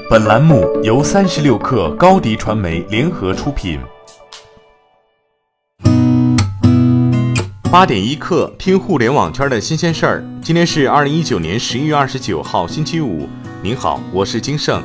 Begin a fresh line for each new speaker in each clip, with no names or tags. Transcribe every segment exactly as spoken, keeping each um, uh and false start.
本栏目由三十六氪高迪传媒联合出品。八点一刻，听互联网圈的新鲜事儿。今天是二零一九年十一月二十九号，星期五。您好，我是金盛。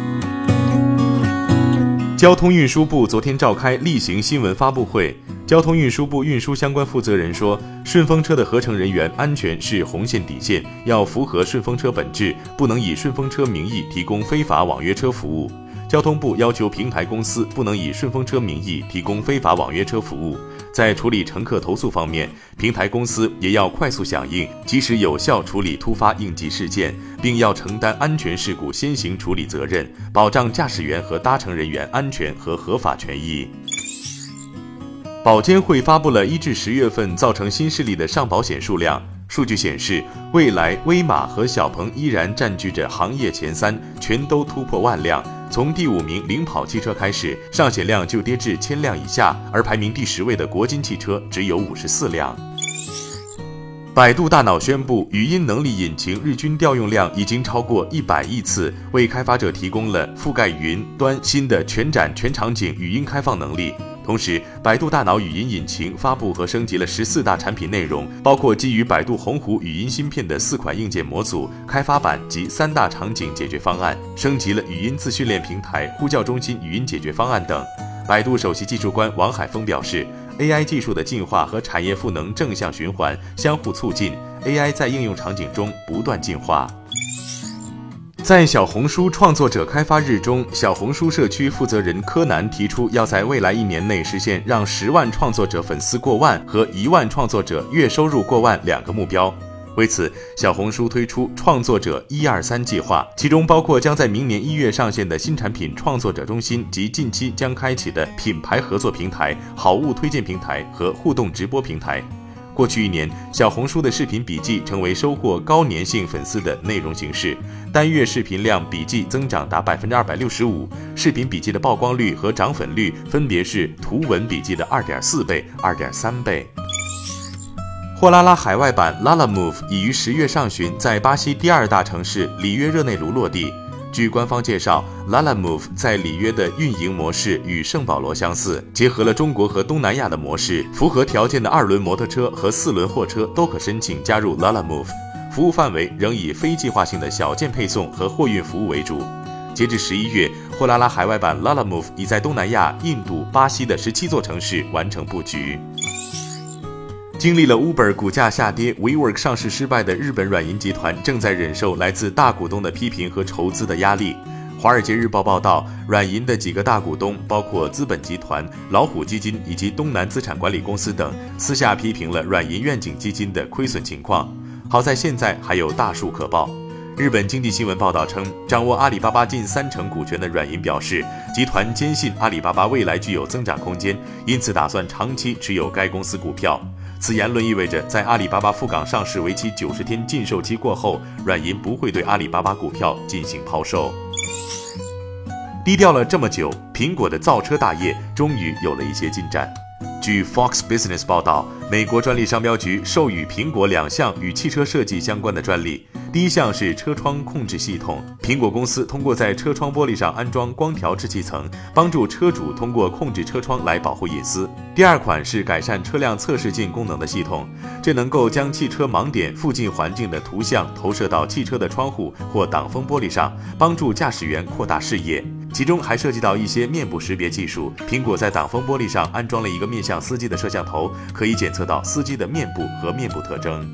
交通运输部昨天召开例行新闻发布会，交通运输部运输相关负责人说，顺风车的合乘人员安全是红线底线，要符合顺风车本质，不能以顺风车名义提供非法网约车服务。交通部要求平台公司不能以顺风车名义提供非法网约车服务。在处理乘客投诉方面，平台公司也要快速响应，及时有效处理突发应急事件，并要承担安全事故先行处理责任，保障驾驶员和搭乘人员安全和合法权益。保监会发布了一至十月份造成新视力的上保险数量。数据显示，蔚来、威马和小鹏依然占据着行业前三，全都突破万辆。从第五名领跑汽车开始，上险量就跌至千辆以下，而排名第十位的国金汽车只有五十四辆。百度大脑宣布，语音能力引擎日均调用量已经超过一百亿次，为开发者提供了覆盖云端新的全展全场景语音开放能力。同时，百度大脑语音引擎发布和升级了十四大产品内容，包括基于百度鸿鹄语音芯片的四款硬件模组、开发板及三大场景解决方案，升级了语音自训练平台、呼叫中心语音解决方案等。百度首席技术官王海峰表示， A I 技术的进化和产业赋能正向循环，相互促进， A I 在应用场景中不断进化。在小红书创作者开发日中，小红书社区负责人柯南提出，要在未来一年内实现让十万创作者粉丝过万和一万创作者月收入过万两个目标。为此，小红书推出创作者一二三计划，其中包括将在明年一月上线的新产品创作者中心及近期将开启的品牌合作平台、好物推荐平台和互动直播平台。过去一年，小红书的视频笔记成为收获高粘性粉丝的内容形式，单月视频量笔记增长达百分之二百六十五，视频笔记的曝光率和涨粉率分别是图文笔记的二点四倍、二点三倍。货拉拉海外版 Lalamove 已于十月上旬在巴西第二大城市里约热内卢落地。据官方介绍， Lalamove 在里约的运营模式与圣保罗相似，结合了中国和东南亚的模式，符合条件的二轮摩托车和四轮货车都可申请加入 Lalamove， 服务范围仍以非计划性的小件配送和货运服务为主。截至十一月，货拉拉海外版 Lalamove 已在东南亚、印度、巴西的十七座城市完成布局。经历了 Uber 股价下跌、WeWork 上市失败的日本软银集团正在忍受来自大股东的批评和筹资的压力。华尔街日报报道，软银的几个大股东，包括资本集团、老虎基金以及东南资产管理公司等，私下批评了软银愿景基金的亏损情况。好在现在还有大树可报。日本经济新闻报道称，掌握阿里巴巴近三成股权的软银表示，集团坚信阿里巴巴未来具有增长空间，因此打算长期持有该公司股票。此言论意味着，在阿里巴巴赴港上市为期九十天禁售期过后，软银不会对阿里巴巴股票进行抛售。低调了这么久，苹果的造车大业终于有了一些进展。据 Fox Business 报道，美国专利商标局授予苹果两项与汽车设计相关的专利。第一项是车窗控制系统，苹果公司通过在车窗玻璃上安装光调制气层，帮助车主通过控制车窗来保护隐私。第二款是改善车辆测试镜功能的系统，这能够将汽车盲点附近环境的图像投射到汽车的窗户或挡风玻璃上，帮助驾驶员扩大视野。其中还涉及到一些面部识别技术，苹果在挡风玻璃上安装了一个面向司机的摄像头，可以检测到司机的面部和面部特征。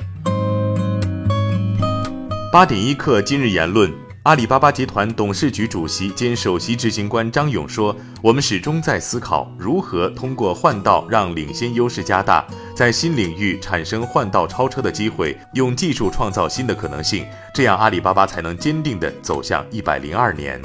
八点一刻今日言论，阿里巴巴集团董事局主席兼首席执行官张勇说，我们始终在思考如何通过换道让领先优势加大，在新领域产生换道超车的机会，用技术创造新的可能性，这样阿里巴巴才能坚定地走向一百零二年。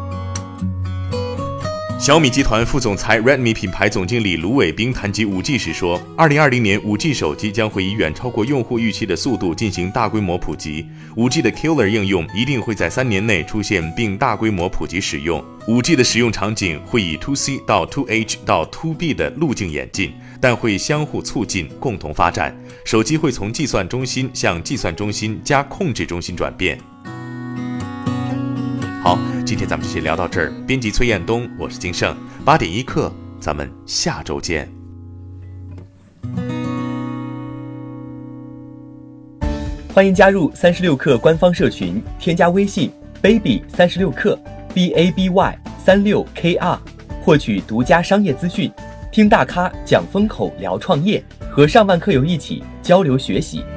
小米集团副总裁 Redmi 品牌总经理卢伟冰谈及 五 G 时说，二零二零年 五 G 手机将会以远超过用户预期的速度进行大规模普及， 五 G 的 Killer 应用一定会在三年内出现并大规模普及使用。五 G 的使用场景会以 to C 到 to H 到 to B 的路径演进，但会相互促进，共同发展。手机会从计算中心向计算中心加控制中心转变。好， 今天咱们就先聊到这儿。编辑崔彦东，我是金盛，八点一刻，咱们下周见。
欢迎加入三十六课官方社群，添加微信 baby 三十六课 b a b y 三六 k r， 获取独家商业资讯，听大咖讲风口，聊创业，和上万课友一起交流学习。